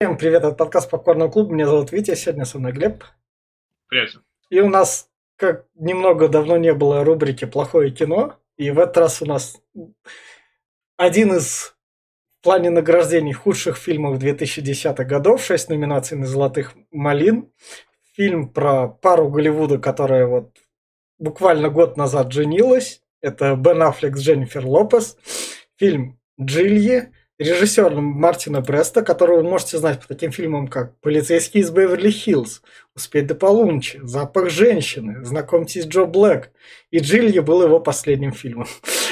Всем привет, это подкаст Попкорного клуба. Меня зовут Витя, сегодня со мной Глеб. Привет. И у нас, как немного давно не было рубрики «Плохое кино», и в этот раз у нас один из в плане награждений худших фильмов 2010-х годов, 6 номинаций на «Золотых малин». Фильм про пару Голливуда, которая вот буквально год назад женилась. Это Бен Аффлек с Дженнифер Лопес. Фильм «Джильи», режиссер Мартина Бреста, которого вы можете знать по таким фильмам, как «Полицейский из Беверли-Хиллз», «Успеть до полуночи», «Запах женщины», «Знакомьтесь, Джо Блэк». И «Джильи» был его последним фильмом.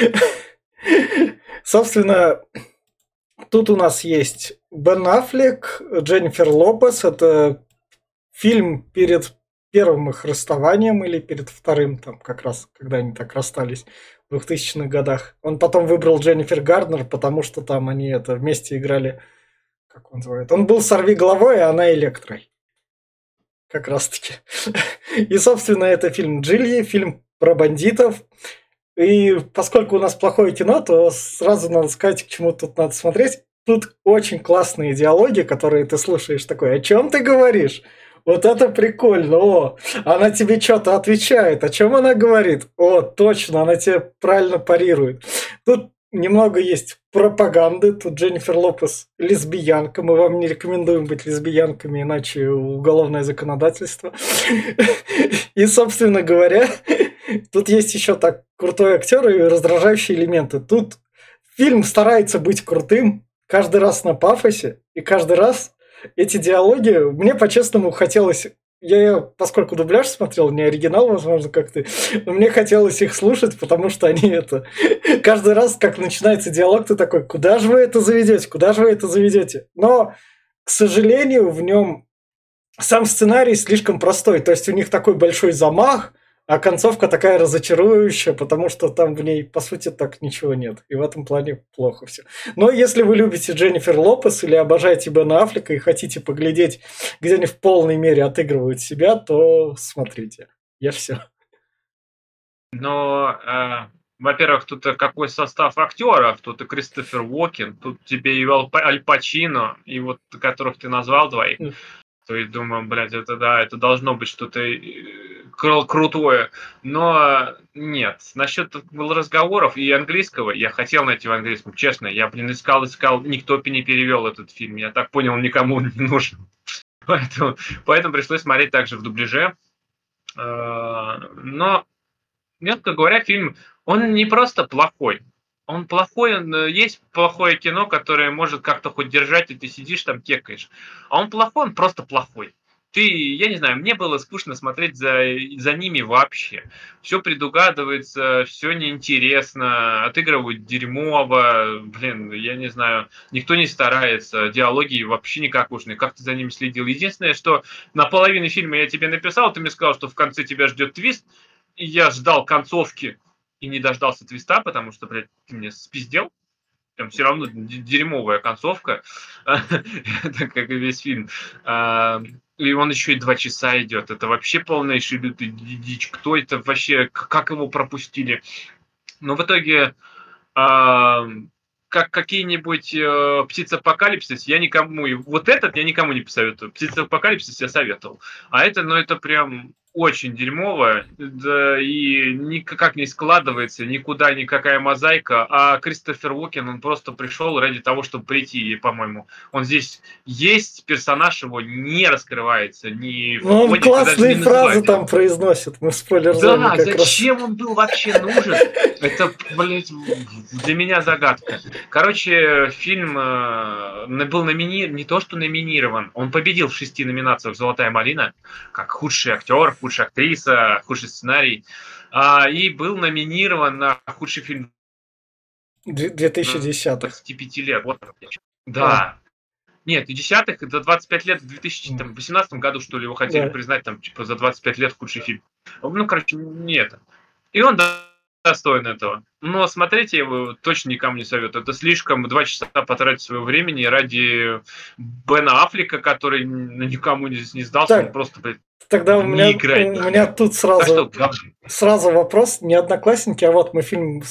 Собственно, тут у нас есть Бен Аффлек, Дженнифер Лопес. Это фильм перед первым их расставанием или перед вторым, там как раз, когда они так расстались в 2000-х годах. Он потом выбрал Дженнифер Гарднер, потому что там они это вместе играли, как он называет. Он был сорвиголовой, а она электрой. Как раз таки. И, собственно, это фильм «Джильи», фильм про бандитов. И поскольку у нас плохое кино, то сразу надо сказать, к чему тут надо смотреть. Тут очень классные диалоги, которые ты слушаешь такой: о чем ты говоришь? Вот это прикольно, о, она тебе что-то отвечает, о чем она говорит? О, точно, она тебе правильно парирует. Тут немного есть пропаганды, тут Дженнифер Лопес лесбиянка, мы вам не рекомендуем быть лесбиянками, иначе уголовное законодательство. И, собственно говоря, тут есть еще так крутой актер и раздражающие элементы. Тут фильм старается быть крутым, каждый раз на пафосе, и каждый раз эти диалоги, мне по-честному хотелось, поскольку дубляж смотрел, не оригинал, возможно, как ты, но мне хотелось их слушать, потому что они это... Каждый раз, как начинается диалог, ты такой: куда же вы это заведете, куда же вы это заведете? Но, к сожалению, в нем сам сценарий слишком простой, то есть у них такой большой замах, а концовка такая разочарующая, потому что там в ней, по сути, так ничего нет. И в этом плане плохо все. Но если вы любите Дженнифер Лопес или обожаете Бена Аффлека и хотите поглядеть, где они в полной мере отыгрывают себя, то смотрите. Я все. Но, во-первых, тут какой состав актеров? Тут и Кристофер Уокен, тут тебе и Аль Пачино, и вот которых ты назвал двоих. То есть думаю, блядь, это да, это должно быть что-то крутое. Но нет. Насчет разговоров и английского, я хотел найти в английском, честно. Я, искал, никто не перевел этот фильм. Я так понял, никому не нужен. Поэтому пришлось смотреть также в дубляже. Но, мягко говоря, фильм, он не просто плохой. Он плохой, есть плохое кино, которое может как-то хоть держать, и ты сидишь там кекаешь. А он плохой, он просто плохой. Я не знаю, мне было скучно смотреть за ними вообще. Все предугадывается, все неинтересно, отыгрывают дерьмово, блин, я не знаю, никто не старается, диалоги вообще никакушные, как ты за ними следил. Единственное, что на половине фильма я тебе написал, ты мне сказал, что в конце тебя ждет твист, и я ждал концовки и не дождался твиста, потому что, блядь, ты мне спиздел. Там все равно дерьмовая концовка, это как и весь фильм. И он еще и 2 часа идет. Это вообще полнейший лютый дичь. Кто это вообще, как его пропустили? Но в итоге, как какие-нибудь птица-апокалипсис, я никому... Вот этот я никому не посоветую. Птица-апокалипсис я советовал. А это, ну, это прям очень дерьмово, да, и никак не складывается, никуда никакая мозаика, а Кристофер Уокен, он просто пришел ради того, чтобы прийти, по-моему. Он здесь есть, персонаж его не раскрывается, не Ну, он входит, классные фразы там произносит, мы в спойлер-зоне да, как зачем раз. он был вообще нужен? Это, блядь, для меня загадка. Короче, фильм был номинирован, не то что номинирован, он победил в 6 номинациях «Золотая малина», как худший актер, худшая актриса, худший сценарий, и был номинирован на худший фильм 2010-х. 25 лет. Вот. А, Да. Нет, и десятых, это 25 лет в 2018 году, что ли, его хотели да. признать, там, типа, за 25 лет худший фильм. Ну, короче, не это. И он достоин этого. Но смотреть я его точно никому не советую. Это слишком 2 часа потратить своего времени ради Бена Аффлека, который никому не сдался, он Так, просто, блядь, тогда у не меня, играет. у меня тут Так что, сразу вопрос. Не «Одноклассники», а вот мы фильм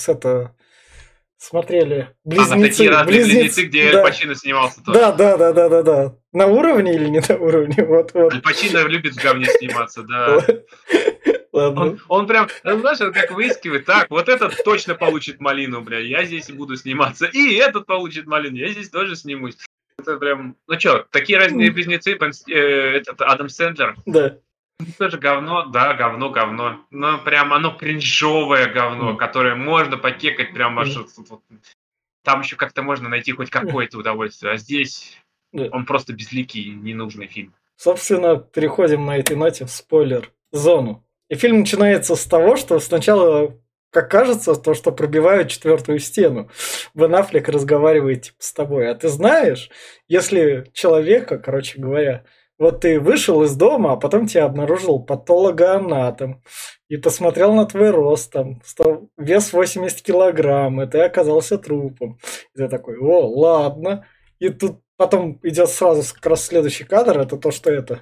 смотрели. такие разные близнецы, где Аль Да. Пачино снимался тоже. Да. На уровне или не на уровне? Вот. Аль Пачино любит в говне сниматься, да. Ладно. Он прям, знаешь, он как выискивает, так, вот этот точно получит малину, бля, я здесь и буду сниматься. И этот получит малину, я здесь тоже снимусь. Это прям, ну что, такие разные близнецы, этот Адам Сэндлер. Да. Тоже говно, да, говно. Но прям оно кринжовое говно, которое можно покекать прям аж... Там еще как-то можно найти хоть какое-то удовольствие. А здесь он просто безликий, ненужный фильм. Собственно, переходим на этой ноте в спойлер-зону. И фильм начинается с того, что сначала, как кажется, то, что пробивают четвертую стену. Бен Аффлек разговаривает типа с тобой. А ты знаешь, если человека, короче говоря, вот ты вышел из дома, а потом тебя обнаружил патологоанатом и посмотрел на твой рост, там, вес 80 килограмм, и ты оказался трупом. И ты такой, о, ладно. И тут потом идет сразу как раз следующий кадр, это то, что это.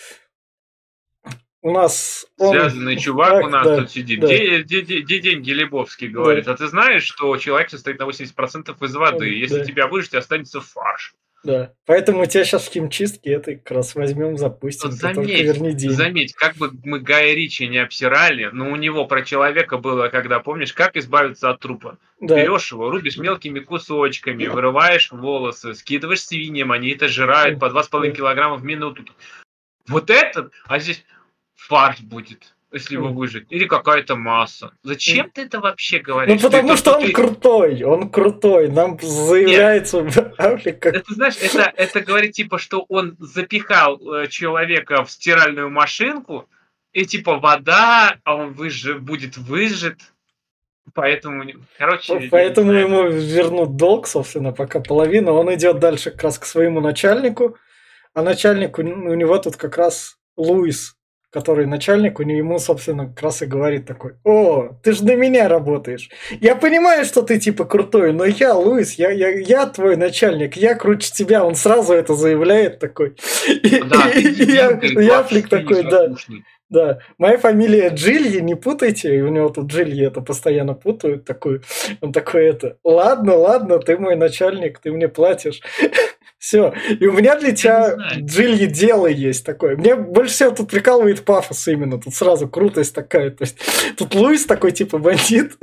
У нас связанный чувак так, у нас тут сидит. Да. Где деньги, Лебовский говорит. Да. А ты знаешь, что человек состоит на 80% из воды. Если тебя выжить, останется фарш. Да. Поэтому тебя сейчас в химчистке это как раз возьмем, запустим. Заметь, как бы мы Гая Ричи не обсирали, но у него про человека было, когда, помнишь, как избавиться от трупа. Да. Берешь его, рубишь мелкими кусочками, вырываешь волосы, скидываешь свиньям, они это жирают по 2,5 килограмма в минуту. Вот это, а здесь фарш будет, если его выжить. Или какая-то масса. Зачем ты это вообще говоришь? Ну, потому что он крутой. Нам заявляется... Это, знаешь, это говорит, типа, что он запихал человека в стиральную машинку, и, типа, вода, а он будет выжит. Поэтому, короче... Поэтому ему вернут долг, собственно, пока половину. Он идет дальше как раз к своему начальнику, а начальник у него тут как раз Луис, который начальник, ему, собственно, как раз и говорит такой: о, ты же на меня работаешь. Я понимаю, что ты типа крутой, но я, Луис, я твой начальник, я круче тебя. Он сразу это заявляет такой. Да, и Аффлек такой, да. Да, моя фамилия Джильи, не путайте. И у него тут Джильи это постоянно путают. Такой, он такой это: ладно, ты мой начальник, ты мне платишь. Все. И у меня для тебя, Джильи, дело есть такое. Мне больше всего тут прикалывает пафос именно. Тут сразу крутость такая. То есть тут Луис такой типа бандит.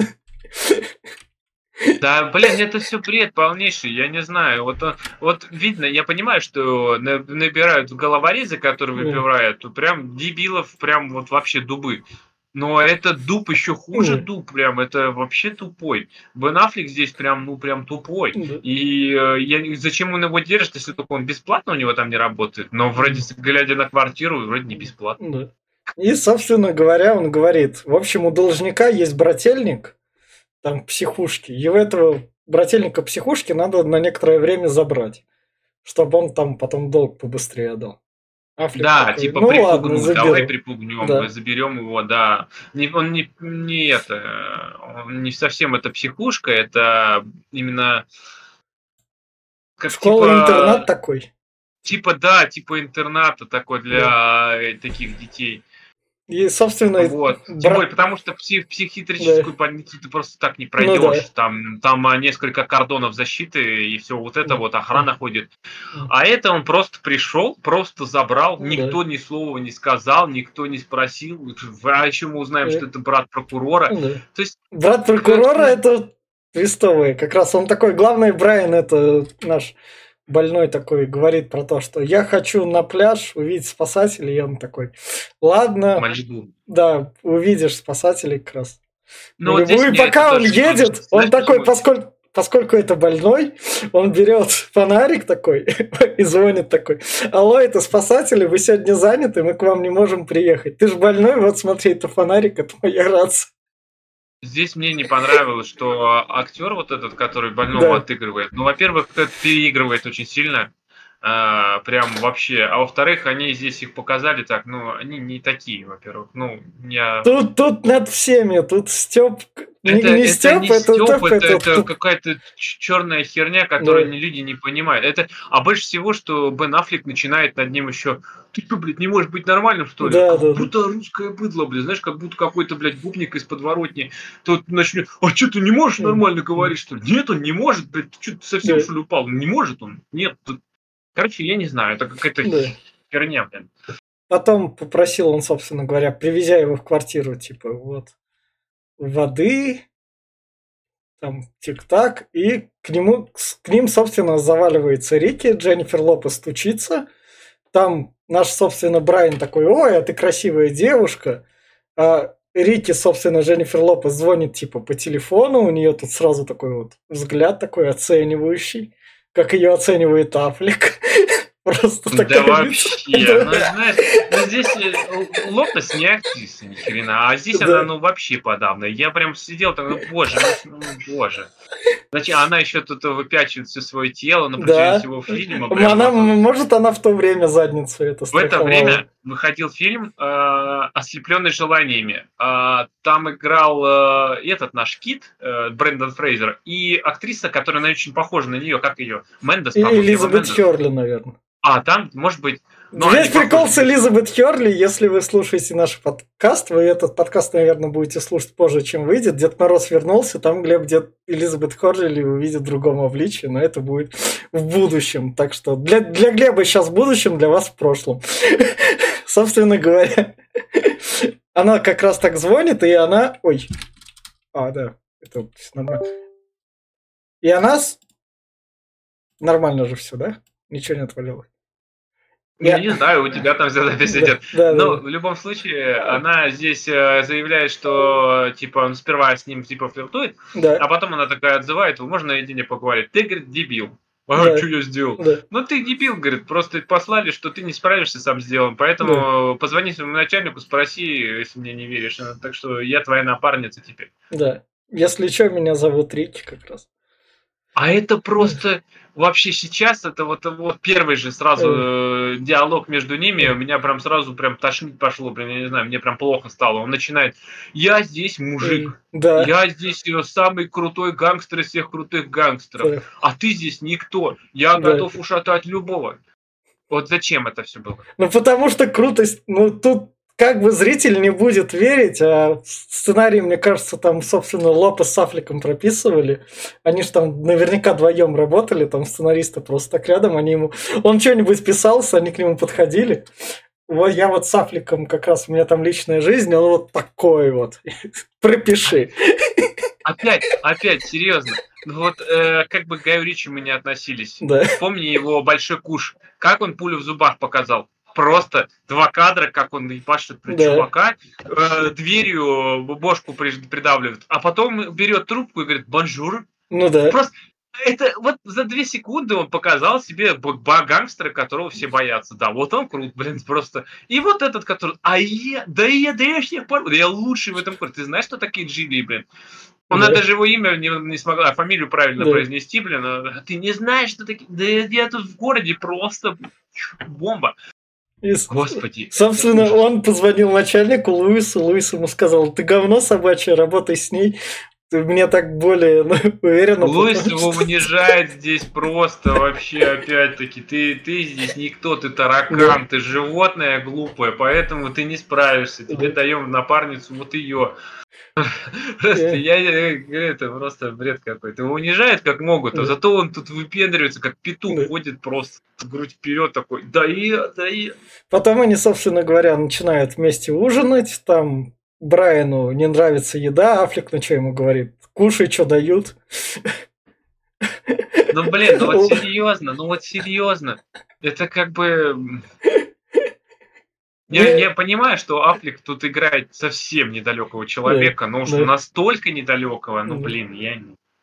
Да, блин, это все бред полнейший, я не знаю. Вот видно, я понимаю, что набирают головорезы, которые выпивают, тут прям дебилов, прям вот вообще дубы. Но этот дуб еще хуже дуб, прям, это вообще тупой. Бен Аффлек здесь прям, прям тупой. И зачем он его держит, если только он бесплатно у него там не работает? Но вроде, глядя на квартиру, вроде не бесплатно. И, собственно говоря, он говорит: в общем, у должника есть брательник, там психушки, и у этого брательника психушки надо на некоторое время забрать, чтобы он там потом долг побыстрее отдал. Аффлек да, такой: типа припугнуть, ладно, давай припугнем, да. Заберем его, да. Он не совсем это психушка, это именно как школа-интернат такой. Типа интерната такой для таких детей. И, собственно, вот. Тем более, потому что психиатрическую больницу ты просто так не пройдешь. Там несколько кордонов защиты, и все вот это вот охрана ходит. А это он просто пришел, просто забрал, никто ни слова не сказал, никто не спросил. А еще мы узнаем, что это брат прокурора. То есть, брат прокурора это твистовый. Как раз он такой, главный Брайан, это наш больной такой, говорит про то, что я хочу на пляж увидеть спасателей, и он такой: ладно, да, увидишь спасателей как раз. Ну, вот и пока он едет, он такой, поскольку это больной, он берет фонарик такой и звонит такой: алло, это спасатели, вы сегодня заняты, мы к вам не можем приехать. Ты же больной, вот смотри, это фонарик, это моя рация. Здесь мне не понравилось, что актер вот этот, который больного отыгрывает, ну, во-первых, это переигрывает очень сильно, прям вообще, а во-вторых, они здесь их показали так, ну, они не такие, во-первых, ну, я... Тут над всеми, тут Стёп... Это какая-то черная херня, которую люди не понимают. А больше всего, что Бен Аффлек начинает над ним еще: ты что, блядь, не можешь быть нормальным, что ли? Как будто русское быдло, блядь, знаешь, как будто какой-то, блядь, губник из подворотни. Тут начнет: а что, ты не можешь нормально говорить, что ли? Нет, он не может, блядь, ты что, ты совсем, что ли, упал? Не может он? Нет, Короче, я не знаю, это какая-то Да. херня, блин. Потом попросил он, собственно говоря, привезя его в квартиру, типа, вот, воды, там, тик-так, и к ним, собственно, заваливается Рики, Дженнифер Лопес стучится, там наш, собственно, Брайан такой: ой, а ты красивая девушка, а Рики, собственно, Дженнифер Лопес звонит, типа, по телефону, у нее тут сразу такой вот взгляд такой оценивающий, как ее оценивает Аффлек. Просто Да такая вообще, лица. ну знаешь, ну здесь Лопес не актриса ни хрена, а здесь она, ну вообще подавно. Я прям сидел там, ну боже, ну боже. Значит, она еще тут выпячивает все свое тело на протяжении Да. всего фильма. Прям Она, вот. может, она в то время задницу это В это страховала. время выходил фильм «Ослепленный желаниями». Там играл этот наш Кит, Брэндон Фрейзер, и актриса, которая очень похожа на нее, как ее? Мендес, И по-моему. Элизабет Хёрли, наверное. Там, может быть... Весь прикол с Элизабет Хёрли, если вы слушаете наш подкаст, вы этот подкаст, наверное, будете слушать позже, чем выйдет. Дед Мороз вернулся, там Глеб Элизабет Хёрли увидит в другом обличии, но это будет в будущем. Так что для Глеба сейчас в будущем, для вас в прошлом. Собственно говоря, она как раз так звонит, и она... Ой. Да, это нормально. И она... Нормально же все, да? Ничего не отвалилось. Я не знаю, у тебя там вся запись идет. Но в любом случае, Да. она здесь заявляет, что типа он сперва с ним типа флиртует, Да. а потом она такая отзывает: можно наедине поговорить. Ты, говорит, дебил. Да. Что я сделал? Да. Ну ты дебил, говорит, просто послали, что ты не справишься сам с делом, поэтому позвони своему начальнику, спроси, если мне не веришь. Так что я твоя напарница теперь. Да. Если что, меня зовут Рики как раз. А это просто вообще сейчас, это вот первый же сразу диалог между ними, у меня прям сразу прям тошнить пошло, прям, я не знаю, мне прям плохо стало. Он начинает: я здесь мужик, Да. я здесь самый крутой гангстер из всех крутых гангстеров, а ты здесь никто, я готов ушатать любого. Вот зачем это все было? Ну, потому что крутость, тут как бы зритель не будет верить, а сценарий, мне кажется, там, собственно, Лопес с Аффлеком прописывали. Они же там наверняка вдвоем работали, там сценаристы просто так рядом, он что-нибудь писался, они к нему подходили. Вот я вот с Аффлеком как раз, у меня там личная жизнь, он вот такой вот. Пропиши. Опять, серьезно. Вот как бы к Гаю Ричи мы не относились. Да. Помни его «Большой куш». Как он пулю в зубах показал? Просто 2 кадра, как он ебашит чувака, дверью бошку придавливает, а потом берет трубку и говорит: бонжур. Ну да. Просто это вот за 2 секунды он показал себе гангстера, которого все боятся. Да, вот он крут, блин, просто. И вот этот, который... я всех порву. Я лучший в этом городе. Ты знаешь, что такие джили, блин? Она даже его имя не смогла, фамилию правильно произнести, блин. Ты не знаешь, что такие... Да я тут в городе просто бомба. Господи. Собственно, он позвонил начальнику Луису. Луис ему сказал: ты говно собачье, работай с ней. Ты мне так более уверенно. Луис его унижает здесь просто вообще, опять-таки. Ты здесь никто, ты таракан, ты животное глупое, поэтому ты не справишься. Тебе даем напарницу вот ее. Просто это просто бред какой-то. Его унижают как могут, а зато он тут выпендривается, как петух, ходит просто грудь вперед такой. Да и. Потом они, собственно говоря, начинают вместе ужинать. Там Брайану не нравится еда, Аффлек что ему говорит: кушай, что дают. Ну блин, ну вот серьезно. Это как бы... Я понимаю, что Аффлек тут играет совсем недалекого человека, но уж настолько недалекого, блин, я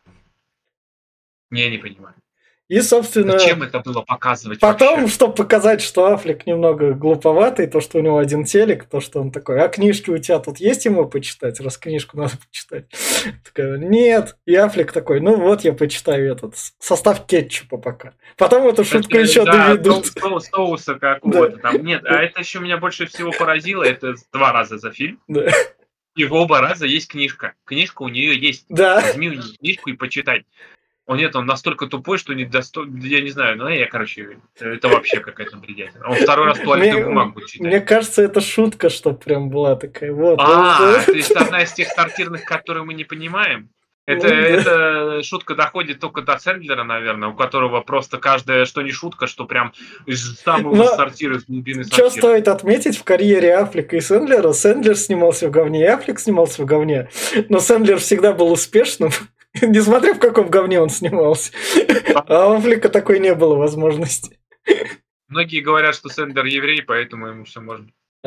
не понимаю. И, собственно... Зачем это было показывать потом, вообще? чтобы показать, что Аффлек немного глуповатый, то, что у него один телек, то, что он такой: а книжки у тебя тут есть ему почитать? Раз книжку надо почитать. Такая: нет. И Аффлек такой: ну вот, я почитаю этот состав кетчупа пока. Потом эту шутку еще доведут. Соуса какого-то там. Нет, а это еще меня больше всего поразило. Это 2 раза за фильм. Да. И в оба раза есть книжка. Книжка у нее есть. Да. Возьми у нее книжку и почитай. Он настолько тупой, что я не знаю, это вообще какая-то бредятина. Он 2-й раз туалетную бумагу будет читать. Мне кажется, это шутка, что прям была такая. Вот. То есть одна из тех сортирных, которые мы не понимаем? Это шутка доходит только до Сэндлера, наверное, у которого просто каждое, что не шутка, что прям из самого сортира, из глубины сортира. Что стоит отметить в карьере Аффлека и Сэндлера? Сэндлер снимался в говне, и Аффлек снимался в говне. Но Сэндлер всегда был успешным, несмотря в каком говне он снимался. А у Аффлека такой не было возможности. Многие говорят, что Сэндлер еврей, поэтому ему все можно.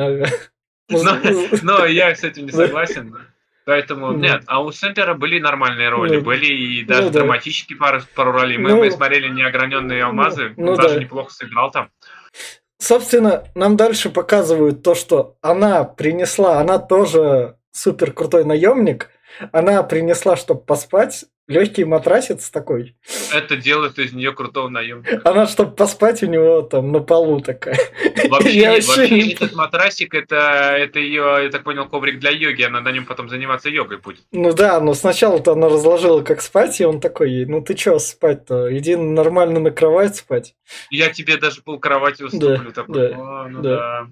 Но я с этим не согласен. Поэтому, нет, а у Сэндлера были нормальные роли, были и даже драматические пару ролей. Мы смотрели «Неограненные алмазы», он даже неплохо сыграл там. Собственно, нам дальше показывают то, что она принесла, она тоже супер крутой наемник, она принесла, чтобы поспать, легкий матрасец такой. Это делает из нее крутого наемника. Она, чтобы поспать, у него там на полу такая. Вообще этот матрасик, это ее, я так понял, коврик для йоги, она на нем потом заниматься йогой будет. Ну да, но сначала-то она разложила, как спать, и он такой ей: ну ты чё спать-то, иди нормально на кровать спать. Я тебе даже полкровати уступлю. Да.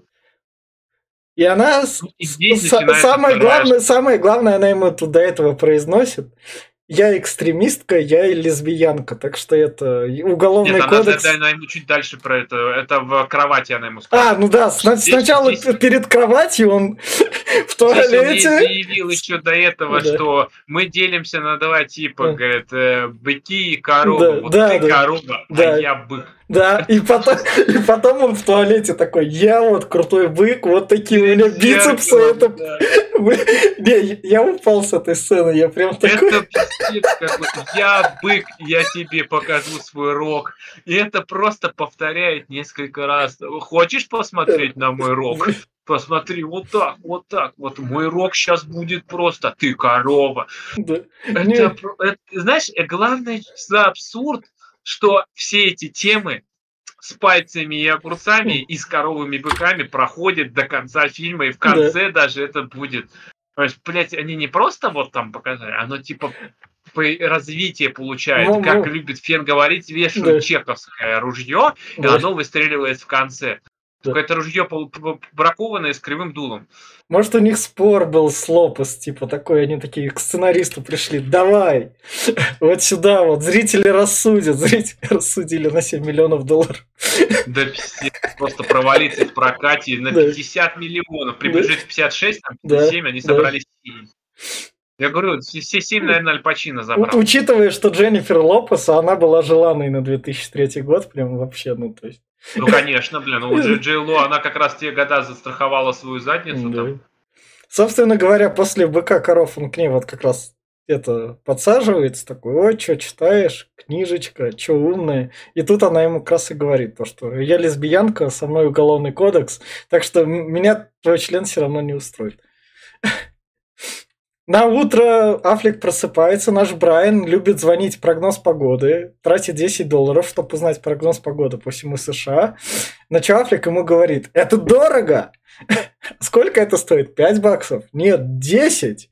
И она, самое главное, она ему до этого произносит: я экстремистка, я лесбиянка, так что это уголовный кодекс. Она ему чуть дальше про это в кровати она ему сказала. Ну да, сначала перед кроватью он в туалете. Он заявил еще до этого, что мы делимся на два типа, говорит, быки и коровы. Вот ты корова, а я бык. Да, и потом он в туалете такой: я вот крутой бык, вот такие у меня бицепсы. Не, я упал с этой сцены, я прям такой... Это пиздец какой-то. Я бык, я тебе покажу свой рог. И это просто повторяет несколько раз. Хочешь посмотреть на мой рог? Посмотри, вот так. Вот мой рог сейчас будет просто. Ты корова. Знаешь, главное за абсурд, что все эти темы с пальцами и огурцами и с коровыми быками проходят до конца фильма, и в конце даже это будет. То есть, блядь, они не просто вот там показали, оно типа развитие получает. Как любит Фен говорить, вешают чековское ружье, и оно выстреливает в конце. Только это ружье бракованное с кривым дулом. Может, у них спор был с Лопес, типа такой, они такие к сценаристу пришли: давай, вот сюда вот, зрители рассудят. Зрители рассудили на $7 миллионов. Да пиздец, просто провалиться в прокате на 50 миллионов, при бюджете 56, там 57, они собрали 7. Я говорю, все 7, наверное, Аль Пачино забрал. Учитывая, что Дженнифер Лопес, она была желанной на 2003 год, прям вообще, то есть... Ну, конечно, блин, у Джей Ло, она как раз те года застраховала свою задницу там. Собственно говоря, после «Быка коров» он к ней вот как раз это подсаживается, такой: ой, что читаешь, книжечка, что умная. И тут она ему как раз и говорит то, что я лесбиянка, со мной уголовный кодекс, так что меня твой член все равно не устроит. На утро Аффлек просыпается, наш Брайан любит звонить прогноз погоды, тратит $10, чтобы узнать прогноз погоды по всему США. На что Аффлек ему говорит: это дорого! Сколько это стоит? $5? Нет, 10!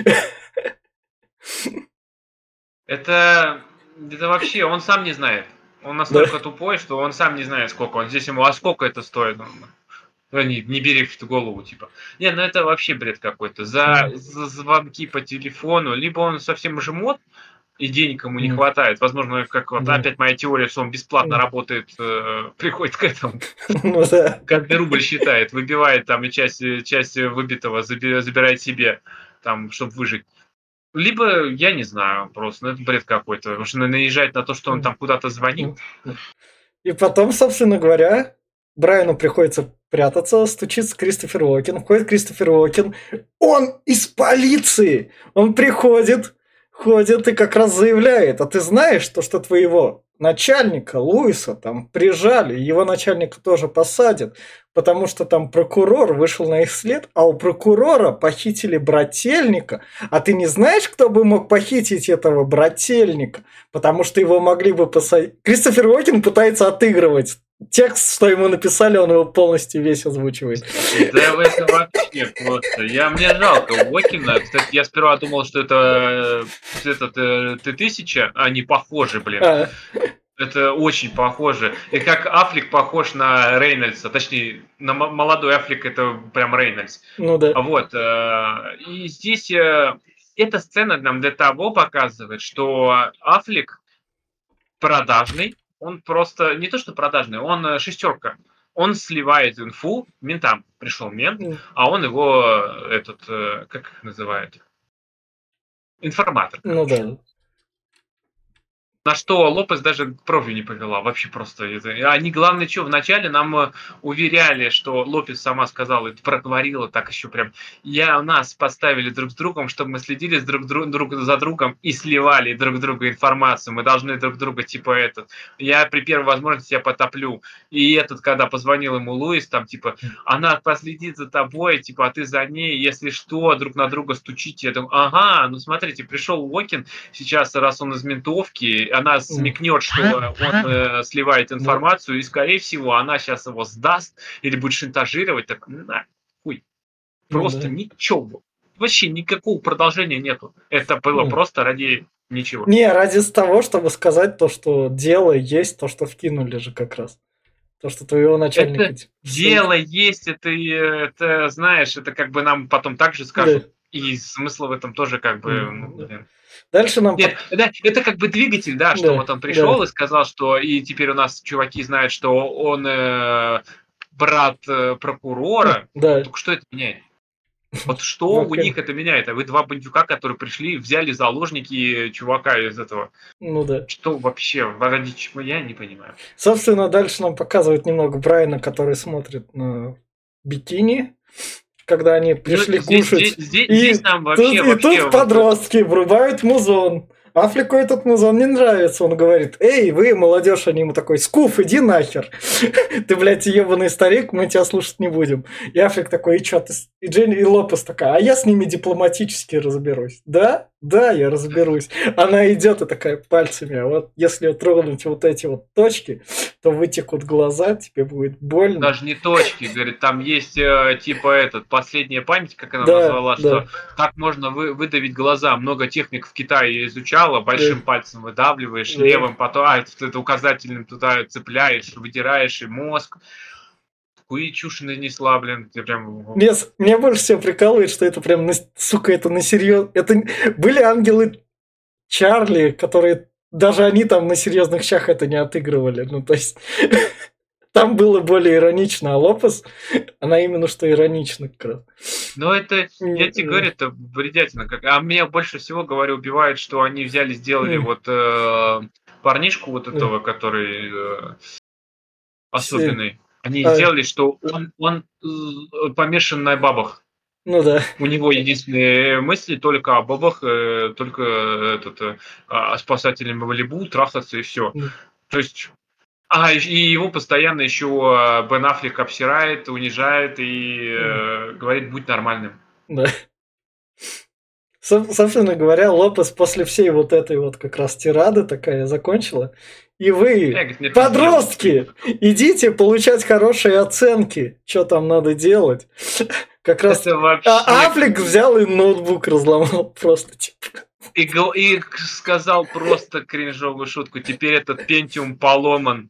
Это вообще, он сам не знает. Он настолько тупой, что он сам не знает, сколько он здесь ему, а сколько это стоит. Не бери в голову, типа. Не, это вообще бред какой-то. За звонки по телефону, либо он совсем жмот, и денег ему не хватает. Возможно, как вот опять моя теория, что он бесплатно работает, приходит к этому. Каждый рубль считает, выбивает там и часть выбитого забирает себе, там, чтобы выжить. Либо, я не знаю, просто, это бред какой-то. Потому что наезжает на то, что он там куда-то звонит. И потом, собственно говоря, Брайану приходится прятаться, стучится Кристофер Уокен, входит Кристофер Уокен, он из полиции, он приходит, ходит и как раз заявляет: а ты знаешь, что твоего начальника Луиса там прижали, его начальника тоже посадят, потому что там прокурор вышел на их след, а у прокурора похитили брательника, а ты не знаешь, кто бы мог похитить этого брательника, потому что его могли бы посадить. Кристофер Уокен пытается отыгрывать текст, что ему написали, он его полностью весь озвучивает. Да это вообще просто. Мне жалко Уокена. Кстати, я сперва думал, что это Т-1000, они похожи, блин. Это очень похоже. И как Аффлек похож на Рейнольдса, точнее, на молодой Аффлек, это прям Рейнольдс. Ну да. Вот. И здесь эта сцена нам для того показывает, что Аффлек продажный, он просто не то что продажный, он шестерка. Он сливает инфу ментам. Пришел мент, а он его, как их называют? Информатор, Ну короче. да. На что Лопес даже бровью не повела, вообще просто. Они, главное, что, вначале нам уверяли, что Лопес сама сказала, и проговорила так еще прям, нас поставили друг с другом, чтобы мы следили друг за другом и сливали друг друга информацию. Мы должны друг друга, типа, я при первой возможности тебя потоплю. И когда позвонил ему Луис, там, типа, она последит за тобой, типа, а ты за ней, если что, друг на друга стучите. Я думаю, ага, ну смотрите, пришел Уокин, сейчас, раз он из ментовки, она смекнет, что он сливает информацию, и, скорее всего, она сейчас его сдаст или будет шантажировать, так хуй. Просто ничего. Вообще никакого продолжения нету. Это было просто ради ничего. Не, ради того, чтобы сказать то, что дело есть, то, что вкинули же как раз. То, что твоего начальника... Это дело есть, это, знаешь, это как бы нам потом также скажут. Да. И смысл в этом тоже как бы... Дальше нам... Нет, это как бы двигатель, да, что вот он пришел и сказал, что и теперь у нас чуваки знают, что он брат прокурора. Да. Только что это меняет? Вот что у них это меняет? А вы два бандюка, которые пришли, взяли заложники чувака из этого. Ну да. Что вообще, ради чего, я не понимаю. Собственно, дальше нам показывают немного Брайана, который смотрит на бикини, когда они пришли кушать. Здесь нам вообще... И тут подростки врубают музон. Аффлеку этот музон не нравится. Он говорит: эй, вы, молодежь, они ему такой: Скуф, иди нахер. Ты, блядь, ебаный старик, мы тебя слушать не будем. И Аффлек такой: и чё ты? И Дженни и Лопес такая: а я с ними дипломатически разберусь. Да? Да, я разберусь. Она идет и такая пальцами: а вот если тронуть вот эти вот точки, то вытекут глаза, тебе будет больно. Даже не точки, говорит, там есть типа последняя память, как она назвала, что так можно выдавить глаза. Много техник в Китае изучала, большим пальцем выдавливаешь, левым потом, это указательным туда цепляешь, выдираешь и мозг. Такую чушь нанесла, блин, ты прям... Меня больше всего прикалывает, что это прям, сука, это на серьезно. Это были ангелы Чарли, которые даже они там на серьезных щах это не отыгрывали. Ну, то есть, там было более иронично, а Лопес, она именно что иронична как раз. Ну, это, я тебе говорю, это бредятина. А меня больше всего, говорю, убивает, что они взяли, сделали вот парнишку вот этого, который особенный. Они сделали, что он помешан на бабах. Ну да. У него единственные мысли только о бабах, только о спасателе Малибу, трахаться и все. То есть... и его постоянно еще Бен Аффлек обсирает, унижает и говорит: будь нормальным. Да. Собственно говоря, Лопес после всей вот этой вот как раз тирады такая закончила. И вы, подростки, идите получать хорошие оценки. Что там надо делать? Как раз Аффлек взял и ноутбук разломал просто типа. И сказал просто кринжовую шутку: теперь этот Pentium поломан.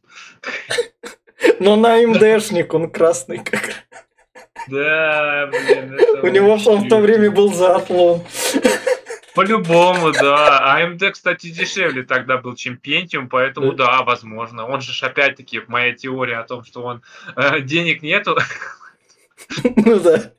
Но на АМДшник он красный как. Да, блин. У него в то время был затлон. По-любому, да. AMD, кстати, дешевле тогда был, чем Pentium, поэтому да, возможно. Он же опять-таки, моя теория о том, что он денег нету. Ну да.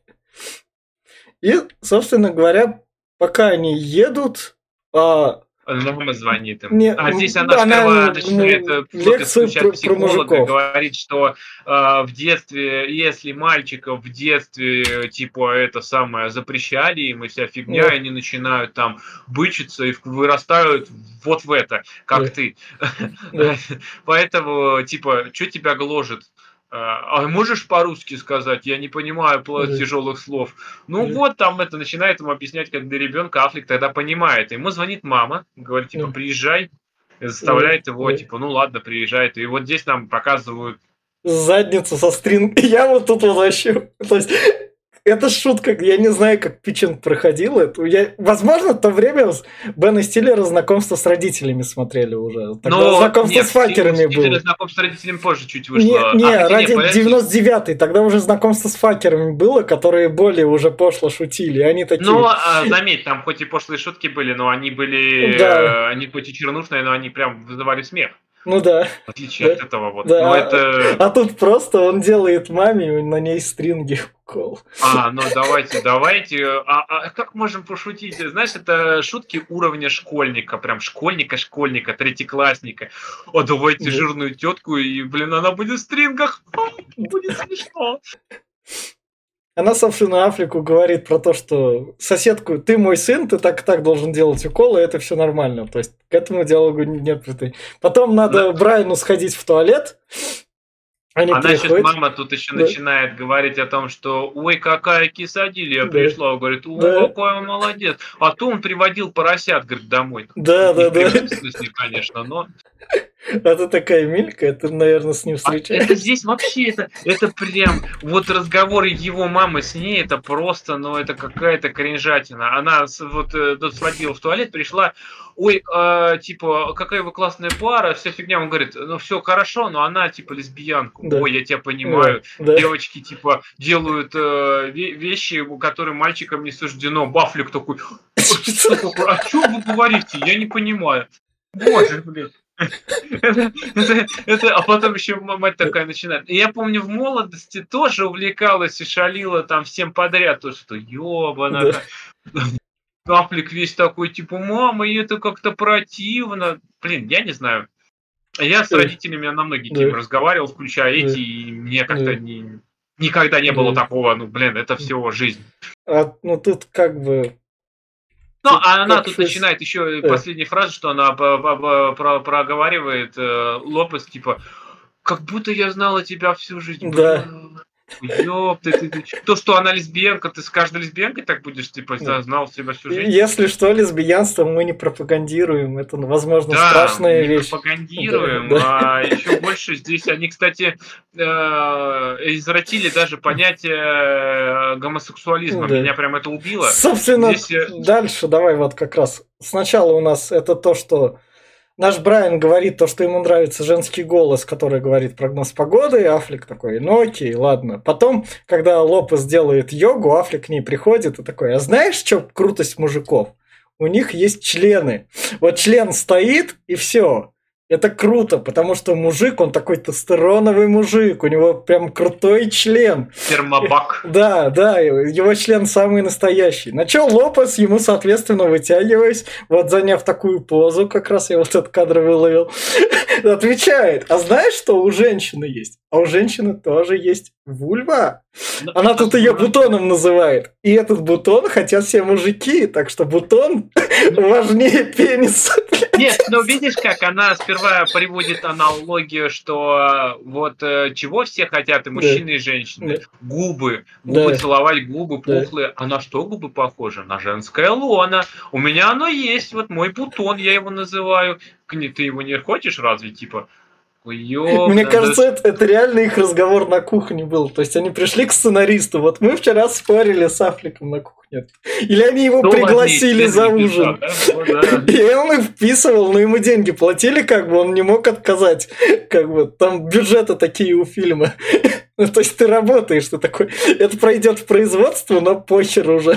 И, собственно говоря, пока они едут... Мама звонит им. Здесь она начинает лекцию про психолога и говорит, что в детстве, если мальчиков в детстве типа это самое запрещали им и вся фигня, они начинают там бычиться и вырастают вот в это, как ты. Поэтому, типа, что тебя гложет? А можешь по-русски сказать? Я не понимаю тяжелых слов. Ну вот, там это начинает ему объяснять, как для ребенка. Аффлек тогда понимает. Ему звонит мама, говорит, типа, приезжай. И заставляет его, типа, ну ладно, приезжает. И вот здесь нам показывают... Задницу со стринг. Я вот тут вот вообще... То есть, Это шутка, я не знаю, как питчинг проходил. Возможно, в то время Бен и Стиллера знакомство с родителями смотрели уже. Тогда знакомство с факерами было. Знакомство с родителями позже чуть вышло. Ради 99-й. Тогда уже знакомство с факерами было, которые более уже пошло шутили. Они такие... заметь, там хоть и пошлые шутки были, но они были... Да. Они хоть и чернушные, но они прям вызывали смех. Ну да. В отличие от этого вот. Да. А тут просто он делает маме, на ней стринги укол. Давайте. Как можем пошутить? Знаешь, это шутки уровня школьника. Прям школьника, третьеклассника. Давайте жирную тетку, и, она будет в стрингах. Будет смешно. Она, собственно, Аффлеку говорит про то, что соседку, ты мой сын, ты так должен делать уколы, это все нормально. То есть к этому диалогу нет претензий. Потом надо Брайану сходить в туалет. Значит, мама тут еще начинает говорить о том, что ой, какая кисадилья пришла, говорит, какой он молодец. А то он приводил поросят, говорит, домой. Да. В смысле, конечно, но... Это такая Милька, это, наверное, с ним встречается. Это здесь вообще, это прям, вот разговоры его мамы с ней, это просто, это какая-то кринжатина. Она тут сводила в туалет, пришла, ой, какая вы классная пара, вся фигня. Он говорит, все хорошо, но она, лесбиянка. Да. Ой, я тебя понимаю. Да. Девочки, делают вещи, которые мальчикам не суждено. Аффлек такой, что такое? А что вы говорите? Я не понимаю. Боже, блин. А потом еще мать такая начинает. И я помню, в молодости тоже увлекалась и шалила там всем подряд. То, что ёбана. Аффлек весь такой, мама, и это как-то противно. Блин, я не знаю. Я с родителями на многие темы разговаривал, включая эти, и мне как-то никогда не было такого, это все жизнь. Тут как бы... она тут начинает еще последнюю фразу, что она проговаривает Лопес, как будто я знала тебя всю жизнь. Да. То, что она лесбиянка, ты с каждой лесбиянкой так будешь, знал тебя всю жизнь. Если что, лесбиянство мы не пропагандируем. Это, возможно, страшная вещь. Да, не пропагандируем. Да. А еще больше здесь они, кстати, извратили даже понятие гомосексуализма. Да. Меня прям это убило. Собственно, дальше давай как раз. Сначала у нас это то, что наш Брайан говорит то, что ему нравится женский голос, который говорит прогноз погоды, и Аффлек такой, окей, ладно. Потом, когда Лопес делает йогу, Аффлек к ней приходит и такой, а знаешь, что крутость мужиков? У них есть члены. Вот член стоит, и все. Это круто, потому что мужик, он такой тестостероновый мужик, у него прям крутой член. Термобак. Да, его член самый настоящий. На чё Лопес ему, соответственно, вытягиваясь, заняв такую позу, как раз я этот кадр выловил, отвечает, а знаешь, что у женщины есть? А у женщины тоже есть вульва. Она тут ее бутоном называет. И этот бутон хотят все мужики, так что бутон важнее пениса. Нет, видишь, как она сперва приводит аналогию, что чего все хотят, и мужчины, и женщины. Губы целовать, губы пухлые. А на что губы похожи? На женское лоно. У меня оно есть, мой бутон, я его называю. Ты его не хочешь разве, Мне кажется, это реально их разговор на кухне был. То есть они пришли к сценаристу. Мы вчера спорили с Аффлеком на кухне. Или они его пригласили за ужин. И он их вписывал, но ему деньги платили, он не мог отказать. Там бюджеты такие у фильма. То есть ты работаешь, ты такой, это пройдет в производство, но похер уже.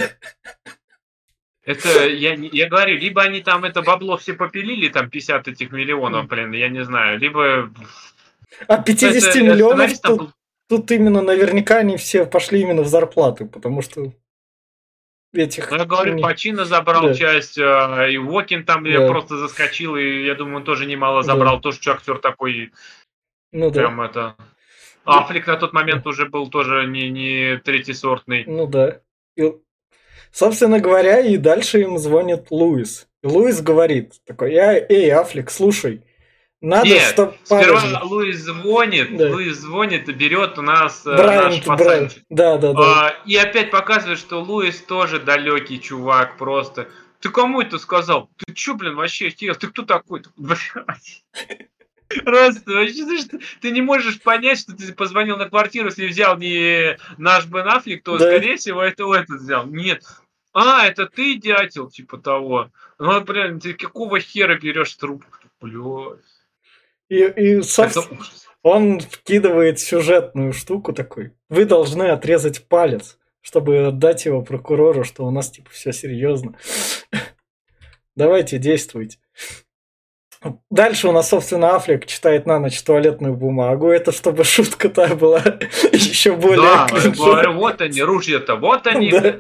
Это, я говорю, либо они там это бабло все попилили, 50 этих миллионов, я не знаю, либо... А 50 миллионов тут именно наверняка они все пошли именно в зарплаты, потому что этих... Я говорю, Пачино забрал часть, и Уокин там просто заскочил, и я думаю, он тоже немало забрал, тоже актер такой, прям это... Аффлек на тот момент уже был тоже не третьесортный. Собственно говоря, и дальше им звонит Луис. И Луис говорит такой, эй, Аффлек, слушай, надо, чтобы... Сперва Луис звонит и берет у нас наш пацанчик. Да. И опять показывает, что Луис тоже далекий чувак просто. Ты кому это сказал? Ты чё, вообще, ты кто такой? Просто вообще, ты не можешь понять, что ты позвонил на квартиру, если взял не наш Бен Аффлек, то, Да. скорее всего, это этот взял. Нет. Это ты, дятел, типа того. Ну, блин, ты какого хера берешь трубку? Блядь. И Это собственно, ужас. он вкидывает сюжетную штуку такой. Вы должны отрезать палец, чтобы отдать его прокурору, что у нас типа все серьезно. Давайте действуйте. Дальше у нас, собственно, Аффлек читает на ночь туалетную бумагу. Это чтобы шутка-то была еще более Да, кринжовая. говорю, вот они, ружья-то, вот они. Да.